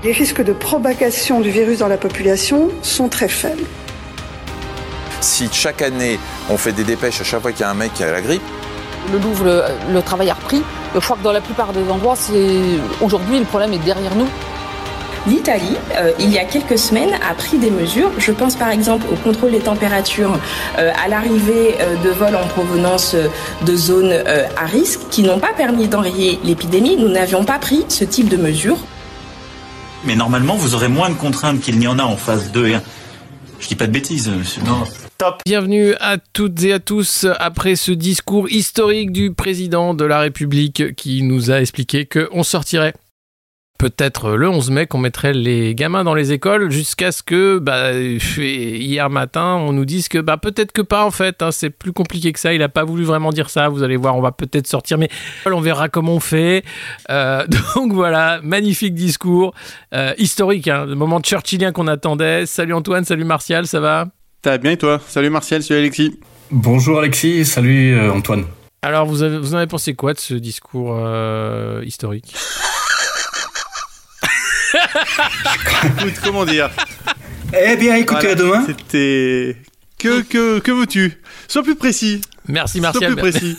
Les risques de propagation du virus dans la population sont très faibles. Si chaque année, on fait des dépêches à chaque fois qu'il y a un mec qui a la grippe. Le Louvre, le travail a repris. Je crois que dans la plupart des endroits, aujourd'hui, le problème est derrière nous. L'Italie, il y a quelques semaines, a pris des mesures. Je pense par exemple au contrôle des températures à l'arrivée de vols en provenance de zones à risque qui n'ont pas permis d'enrayer l'épidémie. Nous n'avions pas pris ce type de mesures. Mais normalement, vous aurez moins de contraintes qu'il n'y en a en phase 2 et 1. Je dis pas de bêtises, monsieur. Non. Top. Bienvenue à toutes et à tous après ce discours historique du président de la République qui nous a expliqué qu'on sortirait peut-être le 11 mai, qu'on mettrait les gamins dans les écoles jusqu'à ce que hier matin on nous dise que peut-être que pas en fait, hein, c'est plus compliqué que ça, il a pas voulu vraiment dire ça, vous allez voir, on va peut-être sortir mais on verra comment on fait. Donc voilà, magnifique discours historique, hein, le moment churchillien qu'on attendait. Salut Antoine, salut Martial, ça va? Ça va bien et toi? Salut Martial, salut Alexis. Bonjour Alexis, salut Antoine. Alors vous en avez pensé quoi de ce discours historique? Écoute, comment dire? Eh bien, écoutez, à demain. C'était... Que veux-tu? Sois plus précis. Merci Martial. Sois plus précis.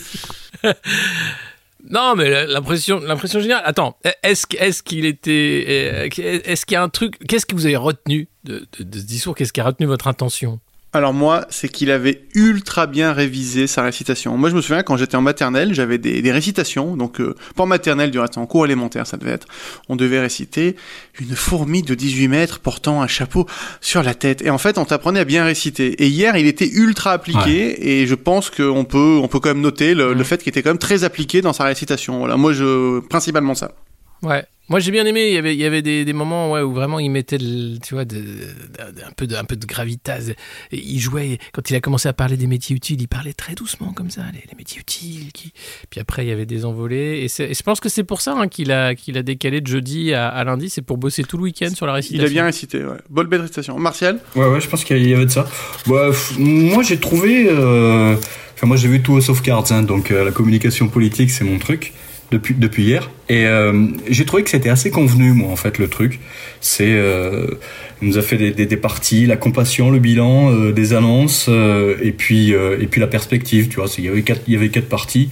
Non, mais l'impression générale... Attends, est-ce qu'il y a un truc... Qu'est-ce que vous avez retenu de ce discours? Qu'est-ce qui a retenu votre intention? Alors moi, c'est qu'il avait ultra bien révisé sa récitation. Moi, je me souviens, quand j'étais en maternelle, j'avais des récitations. Donc, pas en maternelle, du reste, en cours élémentaire, ça devait être. On devait réciter une fourmi de 18 mètres portant un chapeau sur la tête. Et en fait, on t'apprenait à bien réciter. Et hier, il était ultra appliqué. Ouais. Et je pense qu'on peut quand même noter le fait qu'il était quand même très appliqué dans sa récitation. Voilà, moi, principalement ça. Ouais. Moi j'ai bien aimé, il y avait des moments où vraiment il mettait un peu de gravitas. Et il jouait, quand il a commencé à parler des métiers utiles, il parlait très doucement comme ça, les métiers utiles. Puis après il y avait des envolées. Et je pense que c'est pour ça qu'il a décalé de jeudi à lundi, c'est pour bosser tout le week-end sur la récitation. Il a bien récité, ouais. Belle récitation. Martial? Ouais, je pense qu'il y avait de ça. Moi j'ai trouvé... moi j'ai vu tout au sauf Cards, hein, donc la communication politique c'est mon truc. Depuis hier, et j'ai trouvé que c'était assez convenu, moi, en fait, le truc. Il nous a fait des parties, la compassion, le bilan, des annonces, et puis la perspective, tu vois. Il y avait quatre parties.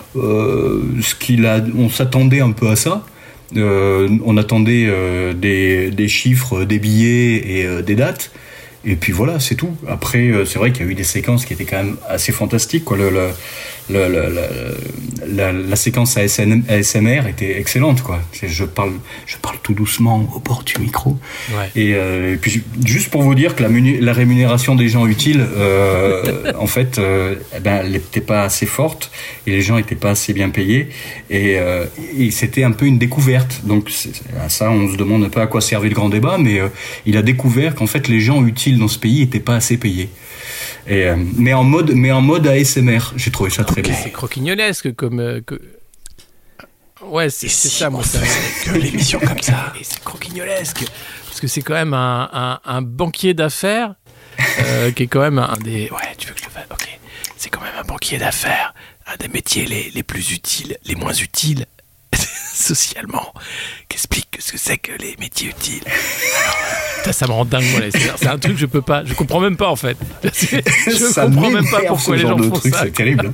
On s'attendait un peu à ça. On attendait des chiffres, des billets et des dates. Et puis voilà, c'est tout. Après, c'est vrai qu'il y a eu des séquences qui étaient quand même assez fantastiques, quoi. La séquence ASMR était excellente, quoi. Je parle tout doucement au bord du micro. Ouais. Et puis juste pour vous dire que la rémunération des gens utiles, en fait, elle n'était pas assez forte et les gens n'étaient pas assez bien payés et c'était un peu une découverte. Donc ça, on se demande un peu à quoi servait le grand débat, mais il a découvert qu'en fait les gens utiles dans ce pays n'étaient pas assez payés. Mais en mode ASMR, j'ai trouvé ça très bien. C'est croquignolesque comme ouais, c'est ça, moi. Ça que l'émission comme ça. Et c'est croquignolesque parce que c'est quand même un banquier d'affaires qui est quand même un des. Ouais, tu veux que je le fasse? Ok. C'est quand même un banquier d'affaires, un des métiers les plus utiles, les moins utiles socialement. Qu'explique ce que c'est que les métiers utiles. Alors, ça me rend dingue, moi. C'est un truc je comprends même pas en fait. Je comprends même pas pourquoi les gens font ça. C'est terrible.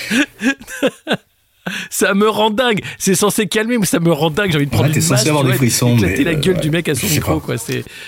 Ça me rend dingue. C'est censé calmer, mais ça me rend dingue. J'ai envie de prendre une masse, censé avoir des frissons, éclater la gueule du mec à son micro, quoi.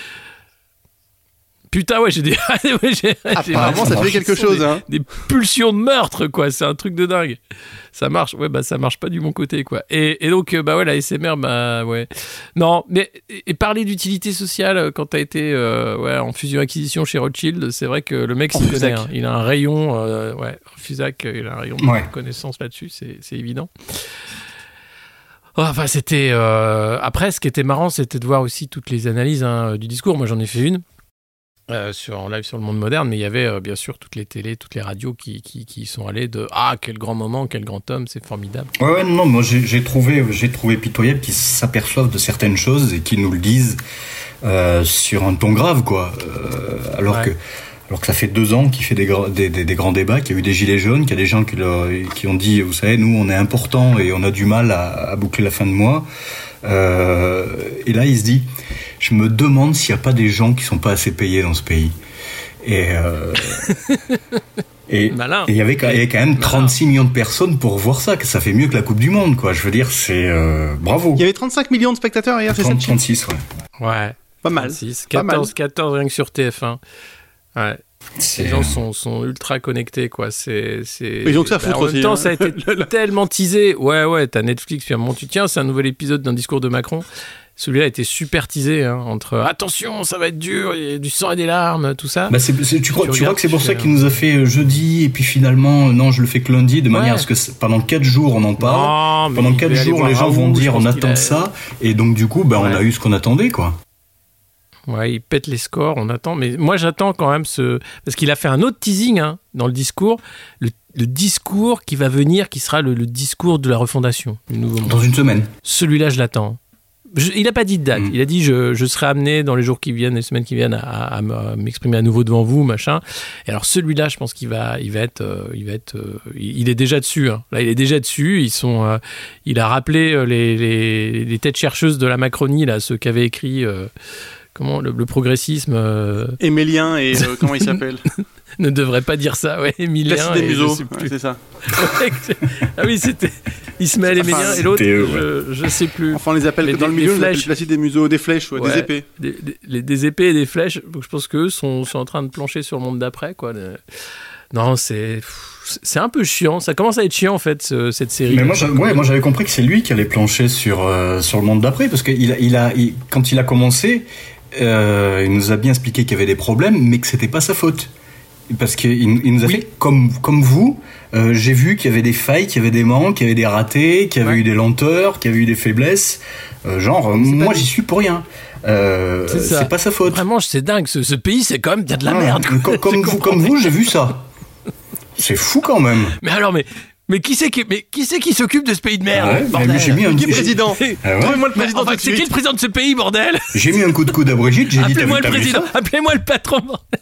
Putain, ouais, j'ai des. Apparemment, ça fait quelque chose, hein. Des pulsions de meurtre, quoi. C'est un truc de dingue. Ça marche, ouais, ça marche pas du bon côté, quoi. Et donc, ouais, la SMR, ouais. Non, mais et parler d'utilité sociale quand t'as été en fusion-acquisition chez Rothschild, c'est vrai que le mec s'y connaît. Hein. Il a un rayon, Fusac, il a un rayon de connaissances là-dessus, c'est évident. Enfin, c'était. Après, ce qui était marrant, c'était de voir aussi toutes les analyses du discours. Moi, j'en ai fait une. En live sur Le Monde Moderne, mais il y avait bien sûr toutes les télés, toutes les radios qui sont allées de quel grand moment, quel grand homme, c'est formidable. Ouais, non, moi j'ai trouvé pitoyable qu'ils s'aperçoivent de certaines choses et qu'ils nous le disent sur un ton grave, quoi. Alors que ça fait 2 ans qu'il fait des grands débats, qu'il y a eu des gilets jaunes, qu'il y a des gens qui ont dit, vous savez, nous on est important et on a du mal à boucler la fin de mois. Et là il se dit, je me demande s'il n'y a pas des gens qui sont pas assez payés dans ce pays. Et il y avait quand même 36 millions de personnes pour voir ça, que ça fait mieux que la Coupe du Monde, quoi. Je veux dire, c'est bravo. Il y avait 35 millions de spectateurs hier, c'est ça? 36, ouais. Ouais. Pas mal. 14 rien que sur TF1. Ouais. Les gens sont ultra connectés, quoi. Ils ont que ça à foutre en même aussi. temps, ça a été tellement teasé. Ouais, t'as Netflix, puis à un moment, tiens, c'est un nouvel épisode d'un discours de Macron. Celui-là a été super teasé, entre attention, ça va être dur, il y a du sang et des larmes, tout ça. Bah tu crois que c'est pour ça qu'il nous a fait jeudi, et puis finalement, non, je le fais que lundi, de manière à ce que pendant 4 jours on en parle. Pendant 4 jours, les gens vont dire on attend ça, et donc du coup, on a eu ce qu'on attendait, quoi. Ouais, il pète les scores, on attend. Mais moi, j'attends quand même parce qu'il a fait un autre teasing dans le discours. Le discours qui va venir, qui sera le discours de la refondation du nouveau monde. Dans une semaine. Celui-là, je l'attends. Il n'a pas dit de date. Il a dit je serai amené dans les jours qui viennent, les semaines qui viennent, à m'exprimer à nouveau devant vous, machin. Et alors celui-là, je pense qu'il va être. Il est déjà dessus. Là, il est déjà dessus. Il a rappelé les têtes chercheuses de la Macronie, là, ceux qui avaient écrit. Comment le progressisme Émilien et comment il s'appelle ne devrait pas dire ça, ouais, Émilien Placide et Museau, c'est ça. Ah oui, c'était Ismaël Émilien et l'autre, je sais plus. Enfin, on les appelle dans le milieu, on appelle Placide et Museau, des flèches, des épées. Des épées et des flèches. Donc, je pense qu'eux sont en train de plancher sur le monde d'après, quoi. Non, c'est un peu chiant. Ça commence à être chiant, en fait, cette série. Mais moi, j'avais compris que c'est lui qui allait plancher sur le monde d'après, parce que quand il a commencé, il nous a bien expliqué qu'il y avait des problèmes, mais que c'était pas sa faute. Parce qu'il nous a fait comme vous. J'ai vu qu'il y avait des failles, qu'il y avait des manques, qu'il y avait des ratés, qu'il y avait eu des lenteurs, qu'il y avait eu des faiblesses. Moi, j'y suis pour rien. C'est pas sa faute. Vraiment, c'est dingue. Ce pays, c'est quand même il y a de la merde. Comme vous, j'ai vu ça. C'est fou quand même. Mais alors, mais qui c'est qui s'occupe de ce pays de merde, bordel? J'ai mis un président. Trouvez-moi le président. C'est qui le président de ce pays, bordel? J'ai mis un coup de coude à Brigitte. J'ai dit appelez-moi le président. Appelez-moi le patron, bordel.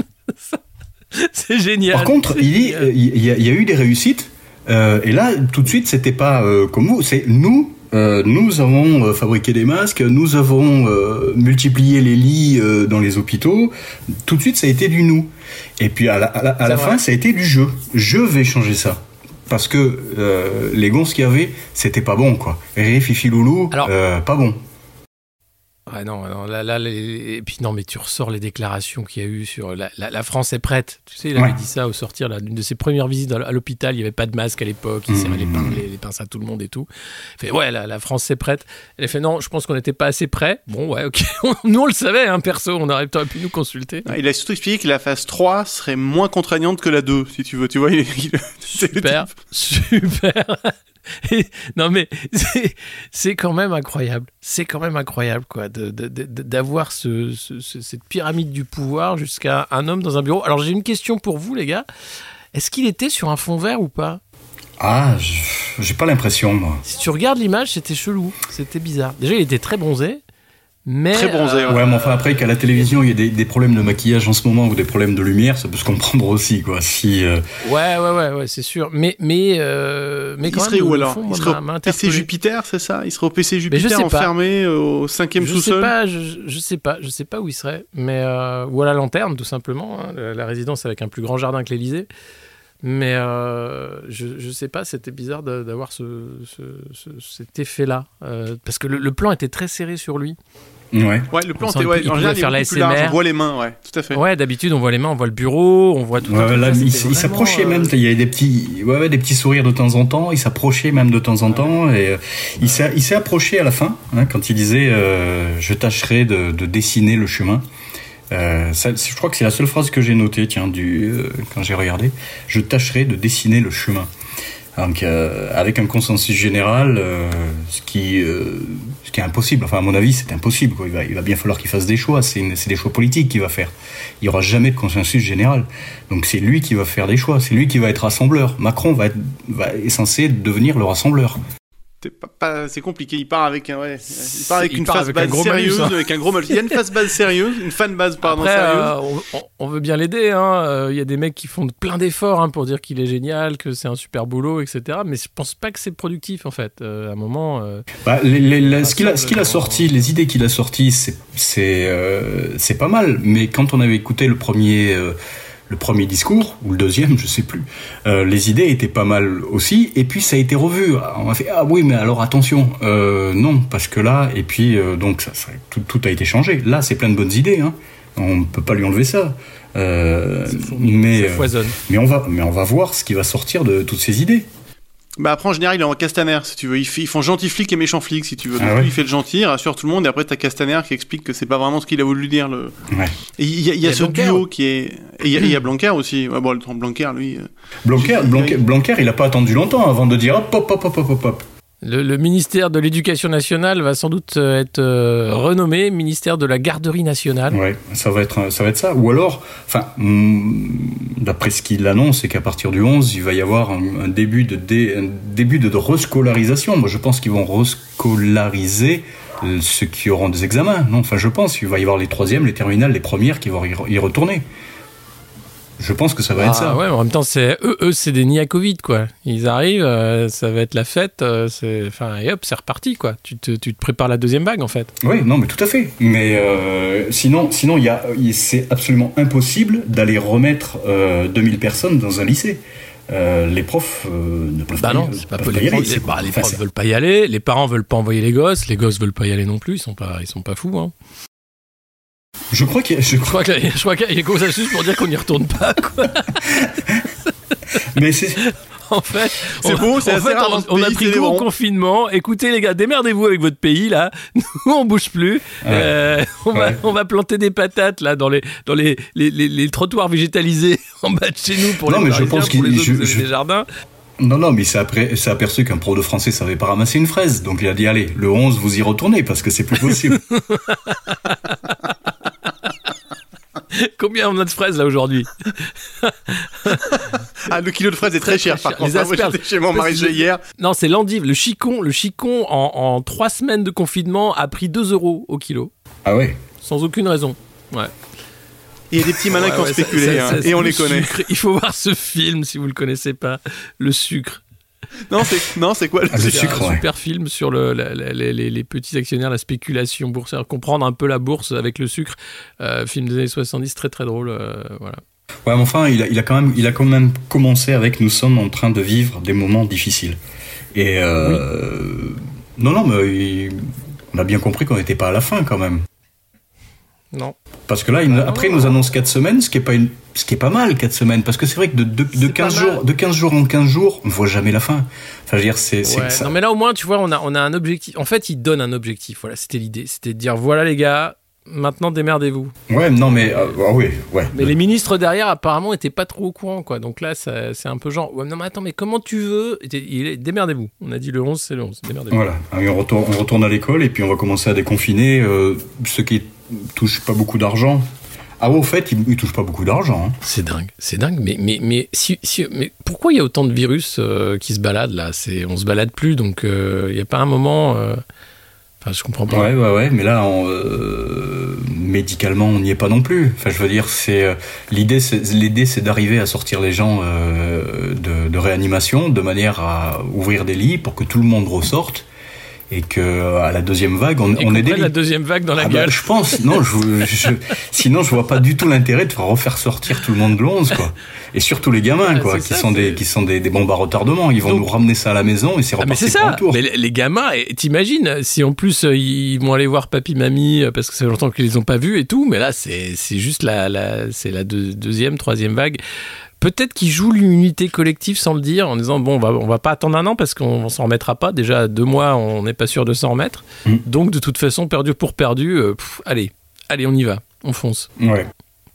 C'est génial. Par contre, il y a eu des réussites. Et là, tout de suite, c'était pas comme vous. C'est nous. Nous avons fabriqué des masques. Nous avons multiplié les lits dans les hôpitaux. Tout de suite, ça a été du nous. Et puis à la fin, ça a été du je. Je vais changer ça. Parce que les gonzes qu'il y avait, c'était pas bon, quoi. Ré, fifi, loulou, pas bon. Ouais, non, là, et puis non, mais tu ressors les déclarations qu'il y a eu sur la France est prête. Tu sais, il avait dit ça au sortir d'une de ses premières visites à l'hôpital. Il n'y avait pas de masque à l'époque. Il serrait les pinces à tout le monde et tout. Il fait la France est prête. Elle a fait non, je pense qu'on n'était pas assez prêts. Bon, ouais, ok. Nous, on le savait, perso. On aurait pu nous consulter. Il a surtout expliqué que la phase 3 serait moins contraignante que la 2, si tu veux. Tu vois, super. Non mais c'est quand même incroyable. C'est quand même incroyable, quoi, d'avoir cette pyramide du pouvoir jusqu'à un homme dans un bureau. Alors j'ai une question pour vous, les gars. Est-ce qu'il était sur un fond vert ou pas? Ah, j'ai pas l'impression, moi. Si tu regardes l'image, c'était chelou. C'était bizarre. Déjà, il était très bronzé. Mais très bronzé. Ouais, mais enfin après qu'à la télévision il y a des problèmes de maquillage en ce moment ou des problèmes de lumière, ça peut se comprendre aussi, quoi. Ouais, c'est sûr. Mais quand il même, serait où alors? Il serait au PC Jupiter, c'est ça? Il serait au PC Jupiter enfermé au 5e sous-sol? Je sais pas où il serait. Mais ou à la Lanterne, tout simplement. La résidence avec un plus grand jardin que l'Élysée. Mais je sais pas, c'était bizarre d'avoir cet effet-là. Parce que le plan était très serré sur lui. Ouais, le plan était en général faire la plus large, on voit les mains, ouais, tout à fait. Ouais, d'habitude on voit les mains, on voit le bureau, on voit tout. Ouais, là, il s'approchait même, il y avait des petits sourires de temps en temps, il s'approchait même de temps en temps, et il s'est approché à la fin, quand il disait je tâcherai de dessiner le chemin. Je crois que c'est la seule phrase que j'ai notée, quand j'ai regardé. Je tâcherai de dessiner le chemin. Donc, avec un consensus général, ce qui est impossible. Enfin, à mon avis, c'est impossible, quoi. Il va bien falloir qu'il fasse des choix. C'est des choix politiques qu'il va faire. Il y aura jamais de consensus général. Donc, c'est lui qui va faire des choix. C'est lui qui va être rassembleur. Macron est censé devenir le rassembleur. c'est compliqué. Il part avec une phase base sérieuse, avec un gros malus. Il y a une phase base sérieuse, une fan base sérieuse. On veut bien l'aider. Il y a des mecs qui font plein d'efforts pour dire qu'il est génial, que c'est un super boulot, etc. Mais je pense pas que c'est productif en fait. À un moment. Ce qu'il a sorti, les idées qu'il a sorties, c'est pas mal. Mais quand on avait écouté le premier discours, ou le deuxième, je sais plus, les idées étaient pas mal aussi, et puis ça a été revu. On a fait, ah oui, mais alors attention, non, parce que là, et puis, donc, tout a été changé. Là, c'est plein de bonnes idées, on ne peut pas lui enlever ça. Ça foisonne. Mais on va voir ce qui va sortir de toutes ces idées. Bah après en général il est en Castaner si tu veux, ils font gentil flic et méchant flic si tu veux. Donc lui il fait le gentil, il rassure tout le monde et après t'as Castaner qui explique que c'est pas vraiment ce qu'il a voulu dire. Et il y a ce duo qui est... Et il y a Blanquer aussi, Blanquer lui... Blanquer il a pas attendu longtemps avant de dire hop. Le ministère de l'Éducation nationale va sans doute être renommé ministère de la Garderie nationale. Ouais, ça va être ça. Ou alors, d'après ce qu'il annonce, c'est qu'à partir du 11, il va y avoir un début de rescolarisation. Moi, je pense qu'ils vont rescolariser ceux qui auront des examens. Non, je pense qu'il va y avoir les troisièmes, les terminales, les premières qui vont y retourner. Je pense que ça va être ça. Ouais, en même temps, c'est des nids à Covid, quoi. Ils arrivent, ça va être la fête, et hop, c'est reparti, quoi. Tu te prépares la deuxième vague, en fait. Oui, non, mais tout à fait. Mais sinon, c'est absolument impossible d'aller remettre 2000 personnes dans un lycée. Les profs ne peuvent pas y aller. Non, c'est pas possible. Les profs veulent pas y aller, les parents veulent pas envoyer les gosses veulent pas y aller non plus, ils sont pas fous, Je crois qu'il y a des consensus pour dire qu'on n'y retourne pas, quoi. Mais c'est... En fait, on a pris goût au confinement. Écoutez les gars, démerdez-vous avec votre pays là. Nous on bouge plus. On va planter des patates là dans les trottoirs végétalisés en bas de chez nous pour les jardins. Non, mais il s'est aperçu qu'un prof de français savait pas ramasser une fraise. Donc il a dit, allez, le 11, vous y retournez parce que c'est plus possible. Combien on a de fraises là aujourd'hui? Le kilo de fraises est très cher par contre. Moi j'étais chez mon maraîcher hier. Non, c'est l'endive. Le chicon en 3 semaines de confinement a pris 2 € au kilo. Ah ouais? Sans aucune raison. Ouais. Il y a des petits malins qui ont spéculé, et on les connaît. Il faut voir ce film si vous le connaissez pas. Le sucre. Non, c'est quoi le sucre? Un super film sur les petits actionnaires, la spéculation boursière, comprendre un peu la bourse avec le sucre. Film des années 70, très très drôle. Voilà. Ouais, mais enfin, il a quand même commencé avec nous sommes en train de vivre des moments difficiles. Et non, mais on a bien compris qu'on n'était pas à la fin quand même. Non. Parce que là, après, il nous annonce 4 semaines, ce qui est pas mal, 4 semaines. Parce que c'est vrai que de 15 jours en 15 jours, on ne voit jamais la fin. Enfin, je veux dire, c'est ça. Non, mais là, au moins, tu vois, on a un objectif. En fait, il donne un objectif. Voilà, c'était l'idée. C'était de dire, voilà, les gars, maintenant, démerdez-vous. Ouais, non, mais... oui, ouais. Mais les ministres derrière, apparemment, n'étaient pas trop au courant, quoi. Donc là, c'est un peu genre, ouais, non, mais attends, mais comment tu veux? Démerdez-vous. On a dit le 11, c'est le 11. Démerdez-vous. Voilà. Et on retourne à l'école et puis on va commencer à déconfiner ceux qui touchent pas beaucoup d'argent. Ah ouais, au fait, ils touchent pas beaucoup d'argent. C'est dingue. Mais pourquoi il y a autant de virus qui se baladent là? On se balade plus, donc il n'y a pas un moment. Je comprends pas. Ouais, mais là, médicalement, on n'y est pas non plus. Enfin, je veux dire, l'idée, c'est d'arriver à sortir les gens de réanimation de manière à ouvrir des lits pour que tout le monde ressorte. Et que à la deuxième vague, on est des la deuxième vague dans la gueule. Je pense. Non, sinon je vois pas du tout l'intérêt de refaire sortir tout le monde de l'11, quoi. Et surtout les gamins, quoi, qui sont des bombes à retardement. Ils vont nous ramener ça à la maison et c'est reparti pour un tour. Mais les gamins, t'imagines si en plus ils vont aller voir papy, mamie parce que ça fait longtemps qu'ils les ont pas vus et tout. Mais là, c'est juste c'est la deuxième, troisième vague. Peut-être qu'ils jouent l'immunité collective sans le dire, en disant bon, on va pas attendre un an parce qu'on s'en remettra pas. Déjà 2 mois, on n'est pas sûr de s'en remettre. Donc de toute façon, perdu pour perdu, allez, on y va, on fonce. Ouais.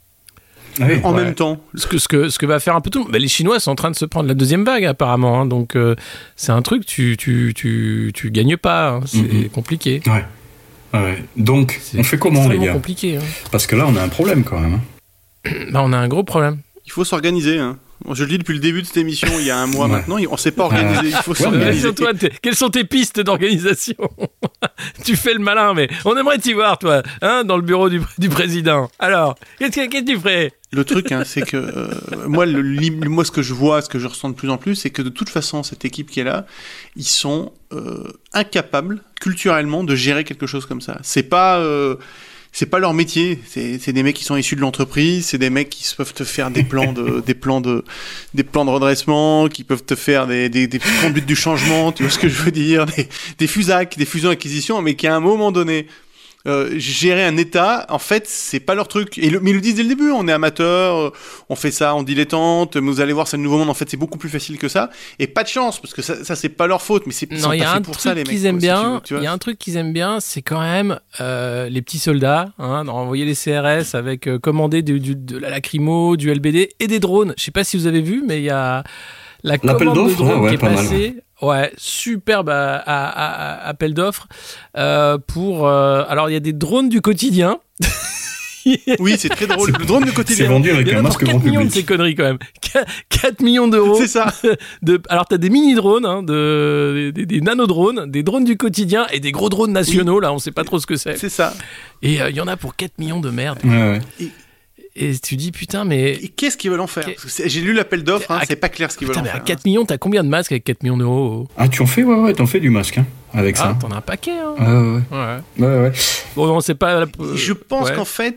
En même temps, ce que va faire un peu tout le monde. Les Chinois sont en train de se prendre la deuxième vague apparemment, donc c'est un truc tu gagnes pas, c'est compliqué. Ouais. Donc on fait comment les gars? Compliqué. Parce que là on a un problème quand même. On a un gros problème. Il faut s'organiser. Je le dis depuis le début de cette émission, il y a un mois maintenant, on ne s'est pas organisé, il faut s'organiser. Antoine, quelles sont tes pistes d'organisation? Tu fais le malin, mais on aimerait t'y voir, toi, hein, dans le bureau du président. Alors, qu'est-ce que tu ferais? Le truc, c'est que moi, ce que je vois, ce que je ressens de plus en plus, c'est que de toute façon, cette équipe qui est là, ils sont incapables, culturellement, de gérer quelque chose comme ça. C'est pas leur métier. C'est des mecs qui sont issus de l'entreprise, c'est des mecs qui peuvent te faire des plans de redressement, qui peuvent te faire des conduites du changement, tu vois ce que je veux dire, des FUSAC, des fusions-acquisitions, mais qui à un moment donné, gérer un État, en fait, c'est pas leur truc. Mais ils le disent dès le début, on est amateur, on fait ça en dilettante, mais vous allez voir, c'est le nouveau monde, en fait, c'est beaucoup plus facile que ça. Et pas de chance, parce que ça c'est pas leur faute, mais c'est non, il y a un truc qu'ils aiment bien, il y a un truc qu'ils aiment bien, c'est quand même les petits soldats, hein, envoyer les CRS avec commander de la lacrymo, du LBD et des drones. Je sais pas si vous avez vu, mais il y a la commande de drone qui est passée. Ouais, superbe appel d'offres pour... alors, il y a des drones du quotidien. Oui, c'est très drôle. Le drone du quotidien. C'est vendu avec un masque grand public. 4 millions de ces conneries, quand même. 4 millions d'euros. C'est ça. Alors, t'as des mini-drones, hein, des nano-drones, des drones du quotidien et des gros drones nationaux, là, on sait pas trop ce que c'est. C'est ça. Et il y en a pour 4 millions de merde. Ouais. Et tu dis, putain, mais... Et qu'est-ce qu'ils veulent en faire? J'ai lu l'appel d'offres, c'est pas clair ce qu'ils veulent en faire. Mais à 4 millions, t'as combien de masques avec 4 millions d'euros? Ah, tu en fais? Ouais, t'en fais du masque, hein, avec ça. Ah, t'en as un paquet, hein. Ouais. Bon, non, c'est pas... Je pense qu'en fait...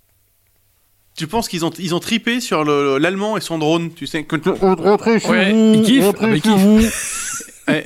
Je pense qu'ils ont tripé sur l'allemand et son drone, tu sais. Ils kiffent.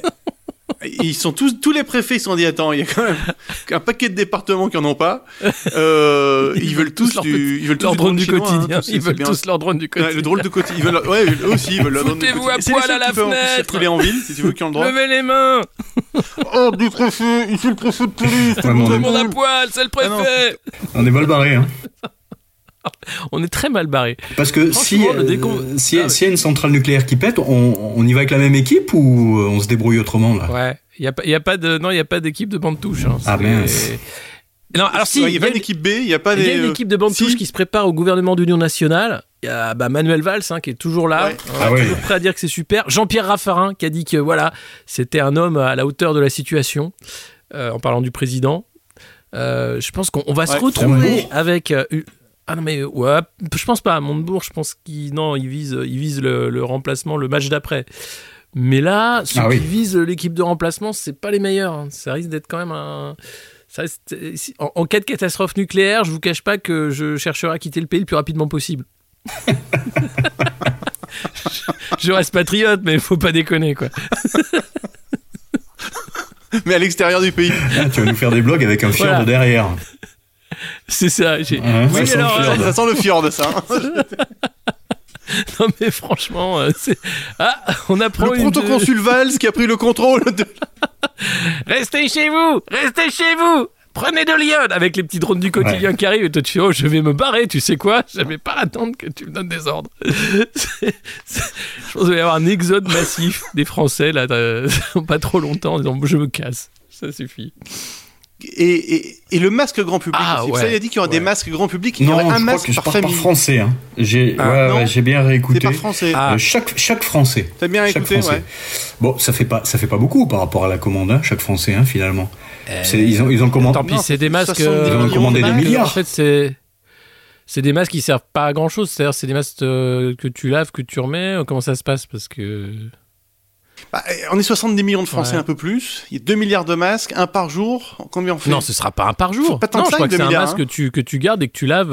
Ils sont tous les préfets, ils se sont dit attends, il y a quand même un paquet de départements qui en ont pas. Ils veulent tous leur drone du quotidien. Hein, ils veulent tous leur drone du quotidien. Le drone du quotidien. Eux aussi, ils veulent leur drone du quotidien. Foutez-vous à poil à la fenêtre. Circuler en ville, si tu veux, qui ont le droit. Levez les mains. Oh, du préfet, ici le préfet de police. Tout le monde à poil, c'est le préfet. On est mal barré, hein. On est très mal barré. Parce que s'il y a une centrale nucléaire qui pète, on y va avec la même équipe ou on se débrouille autrement là? Ouais, il y a pas d'équipe de bande touche. Hein. Ah mince. Non, alors si il y a une équipe B, il y a pas des. Il y a une équipe de bande touche qui se prépare au gouvernement d'union nationale. Il y a Manuel Valls qui est toujours là, toujours prêt à dire que c'est super. Jean-Pierre Raffarin qui a dit que voilà, c'était un homme à la hauteur de la situation, en parlant du président. Je pense qu'on va se retrouver avec. Ah non mais ouais, je pense pas à Montebourg, je pense qu'il vise le remplacement, le match d'après. Mais là, ceux qui visent l'équipe de remplacement, c'est pas les meilleurs. Hein. Ça risque d'être quand même en cas de catastrophe nucléaire, je vous cache pas que je chercherai à quitter le pays le plus rapidement possible. Je reste patriote, mais faut pas déconner quoi. Mais à l'extérieur du pays. Tu vas nous faire des blogs avec un fjord derrière. C'est ça. Ça sent le fjord, ça. Non mais franchement, on apprend le protoconsul Valls qui a pris le contrôle de... Restez chez vous. Prenez de l'iode avec les petits drones du quotidien qui arrivent et toi tu fais je vais me barrer, tu sais quoi, je vais pas attendre que tu me donnes des ordres. Je pense qu'il va y avoir un exode massif des Français là, pas trop longtemps en disant je me casse, ça suffit. Et le masque grand public aussi. Ça, il a dit qu'il y aurait des masques grand public. Il y aurait un masque par famille. Par français. Hein. J'ai bien réécouté. C'est par français. Chaque français. T'as bien écouté, ouais. Bon, ça fait pas beaucoup par rapport à la commande, hein, chaque français, hein, finalement. Ils ont commandé. Tant pis, c'est des masques. Ils ont commandé des milliards. En fait, c'est des masques qui servent pas à grand chose. C'est-à-dire, c'est des masques que tu laves, que tu remets. Comment ça se passe? Parce que. On est 70 millions de Français, un peu plus. Il y a 2 milliards de masques, un par jour. Combien on fait? Non, ce sera pas un par jour. Pas tant je crois que c'est un masque hein. que tu gardes et que tu laves.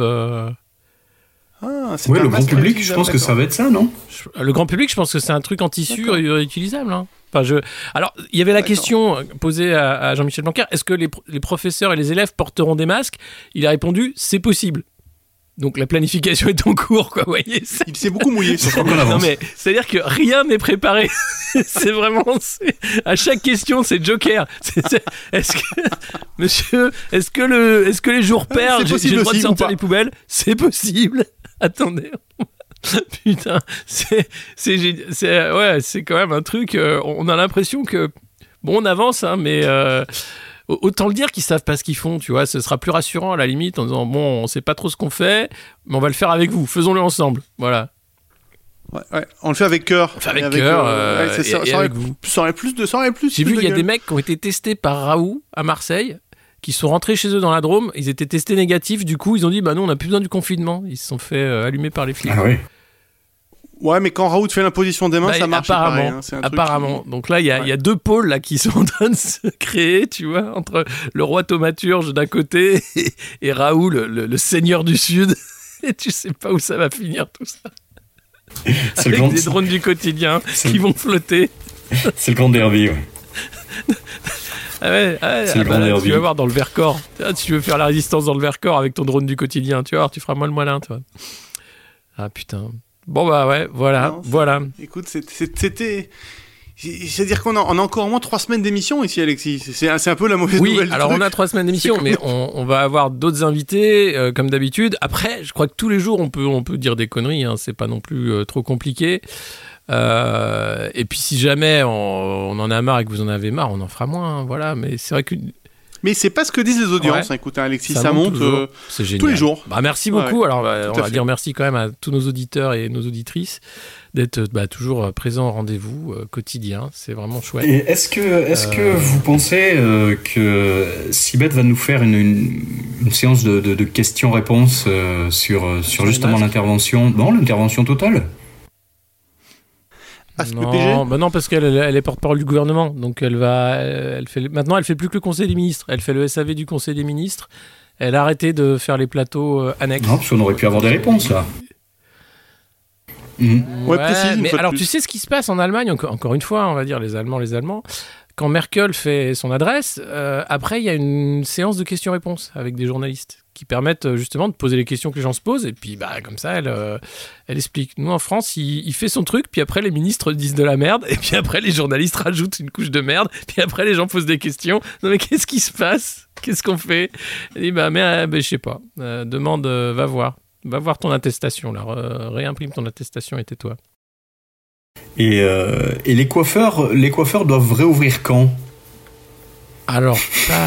Oui, le grand public, je pense que ça va être ça, non? Le grand public, je pense que c'est un truc en tissu réutilisable. Hein. Enfin, alors, il y avait la question posée à Jean-Michel Blanquer, est-ce que les professeurs et les élèves porteront des masques? Il a répondu, c'est possible. Donc la planification est en cours, quoi, vous voyez. Il s'est beaucoup mouillé. Non mais c'est-à-dire que rien n'est préparé. C'est vraiment à chaque question c'est Joker. Est-ce que monsieur, est-ce que les jours pairs, j'ai le droit de sortir les poubelles? C'est possible. Attendez. Putain, c'est quand même un truc. On a l'impression que on avance, hein, mais. Autant le dire qu'ils savent pas ce qu'ils font, tu vois, ce sera plus rassurant à la limite en disant on sait pas trop ce qu'on fait, mais on va le faire avec vous, faisons-le ensemble, voilà. Ouais. On le fait avec cœur. Avec cœur, et avec vous. Ça aurait plus. J'ai vu, il y a des mecs qui ont été testés par Raoult à Marseille, qui sont rentrés chez eux dans la Drôme. Ils étaient testés négatifs. Du coup, ils ont dit, nous, on n'a plus besoin du confinement. Ils se sont fait allumer par les flics. Ah oui. Ouais, mais quand Raoult fait l'imposition des mains, ça marche. Apparemment. Pareil, apparemment. Donc là, il y a deux pôles là qui sont en train de se créer, tu vois, entre le roi thaumaturge d'un côté et Raoult, le seigneur du Sud. Et tu sais pas où ça va finir tout ça. C'est avec des drones du quotidien qui vont flotter. C'est le grand derby, ouais. C'est le grand derby. Tu vas voir dans le Vercors. Si tu veux faire la résistance dans le Vercors avec ton drone du quotidien, tu vas voir, tu feras moins le malin, toi. Ah putain. Bon voilà. Écoute, c'était... C'est-à-dire qu'on a encore au moins 3 semaines d'émission ici, Alexis. C'est un peu la mauvaise nouvelle. Oui, alors on a 3 semaines d'émission, mais on va avoir d'autres invités, comme d'habitude. Après, je crois que tous les jours, on peut dire des conneries, hein, c'est pas non plus trop compliqué. Et puis si jamais on en a marre et que vous en avez marre, on en fera moins, voilà. Mais c'est vrai que... Mais c'est pas ce que disent les audiences, écoute, Alexis, ça monte c'est génial. Tous les jours. Merci beaucoup. Alors, on va dire merci quand même à tous nos auditeurs et nos auditrices d'être toujours présents au rendez-vous quotidien. C'est vraiment chouette. Et est-ce que vous pensez que Sibeth va nous faire une séance de questions-réponses sur justement l'intervention totale? Non, parce qu'elle est porte-parole du gouvernement, donc maintenant elle fait plus que le Conseil des ministres, elle fait le SAV du Conseil des ministres, elle a arrêté de faire les plateaux annexes. Non, parce qu'on aurait pu avoir des réponses là. Précise, mais alors tu sais ce qui se passe en Allemagne, encore une fois, on va dire les Allemands, quand Merkel fait son adresse, après il y a une séance de questions-réponses avec des journalistes qui permettent justement de poser les questions que les gens se posent, et puis comme ça elle explique. Nous en France, il fait son truc, puis après les ministres disent de la merde, et puis après les journalistes rajoutent une couche de merde, puis après les gens posent des questions. Non mais qu'est-ce qui se passe? Qu'est-ce qu'on fait? Il dit je sais pas, demande, va voir ton attestation là, réimprime ton attestation et tais-toi. Et les coiffeurs doivent réouvrir quand? Alors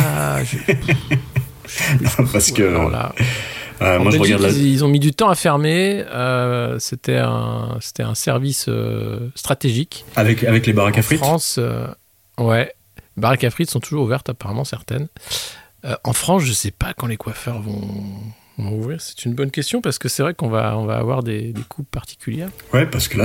parce que moi je regarde ils ont mis du temps à fermer. C'était un service stratégique avec les baraques à frites. En France, les baraques à frites sont toujours ouvertes, apparemment certaines. En France, je sais pas quand les coiffeurs vont ouvrir. C'est une bonne question parce que c'est vrai qu'on va avoir des coupes particulières. Ouais, parce que là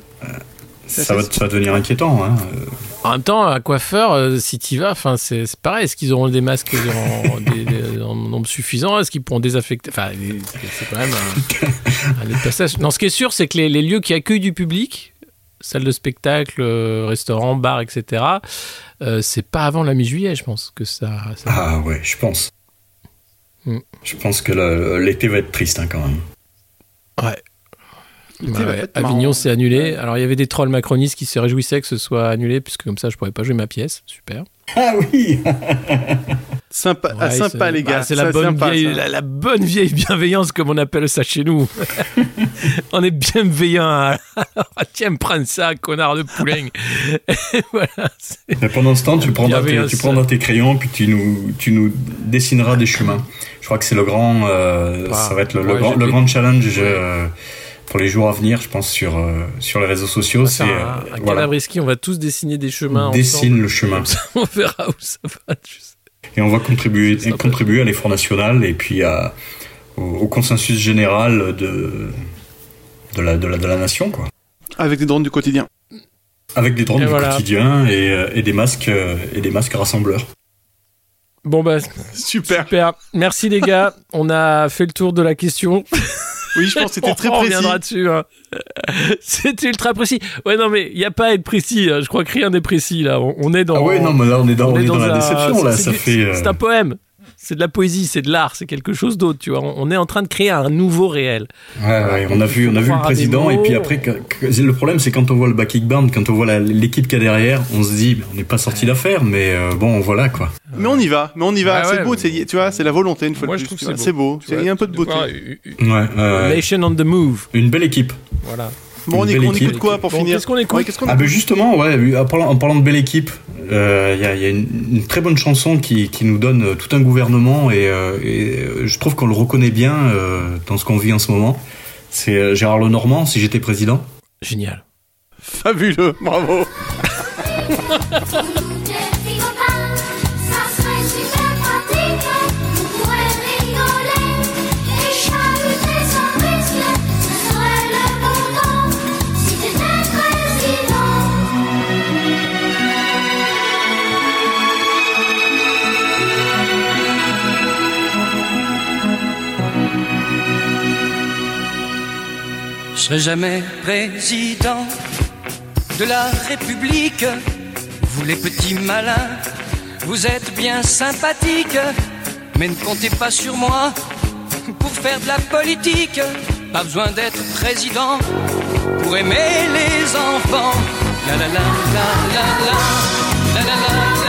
ça va devenir inquiétant. Hein. En même temps, un coiffeur, si tu y vas, c'est pareil. Est-ce qu'ils auront des masques en nombre suffisant? Est-ce qu'ils pourront désinfecter? C'est quand même un autre passage. Non, ce qui est sûr, c'est que les lieux qui accueillent du public, salles de spectacle, restaurants, bars, etc., c'est pas avant la mi-juillet, je pense, que ça... Ah ouais, je pense. Je pense que l'été va être triste, hein, quand même. Ouais. Avignon s'est annulé. Alors il y avait des trolls macronistes qui se réjouissaient que ce soit annulé, puisque comme ça je pourrais pas jouer ma pièce. Super. Ah oui. Sympa les gars. C'est la bonne vieille bienveillance, comme on appelle ça chez nous. On est bienveillant. Tiens, prends ça, connard de poulain. Voilà. Et pendant ce temps, tu prendras tes crayons, puis tu nous dessineras des chemins. Je crois que c'est le grand. Ça va être le grand challenge. Pour les jours à venir, je pense, sur les réseaux sociaux. C'est un Calabriski, on va tous dessiner des chemins. Dessine le chemin. On verra où ça va. Et on va contribuer à l'effort national et puis au consensus général de la nation, quoi. Avec des drones du quotidien. Avec des drones du quotidien et des masques rassembleurs. Bon super. Merci les gars, on a fait le tour de la question. Oui, je pense que c'était très précis. On reviendra dessus. Hein. C'était ultra précis. Ouais, non, mais il n'y a pas à être précis. Je crois que rien n'est précis, là. On est dans... Ah ouais, non, mais là, on est dans la déception, là. C'est un poème. C'est de la poésie, c'est de l'art, c'est quelque chose d'autre, tu vois. On est en train de créer un nouveau réel. Ouais, on a vu le président, et puis après, le problème, c'est quand on voit le backing band, quand on voit l'équipe qu'il y a derrière, on se dit, on n'est pas sorti d'affaire, mais bon, voilà, quoi. Mais on y va, c'est beau, tu vois, c'est la volonté, une fois de plus. C'est beau, il y a un peu de beauté. Nation on the move. Une belle équipe. Voilà. Bon, on écoute quoi pour finir? Qu'est-ce qu'on écoute? Justement, en parlant de belle équipe, il y a une très bonne chanson qui nous donne tout un gouvernement et je trouve qu'on le reconnaît bien dans ce qu'on vit en ce moment. C'est Gérard Lenormand, Si j'étais président. Génial. Fabuleux, bravo. Je serai jamais président de la République. Vous les petits malins, vous êtes bien sympathiques, mais ne comptez pas sur moi pour faire de la politique. Pas besoin d'être président pour aimer les enfants. La la la la la la la la la.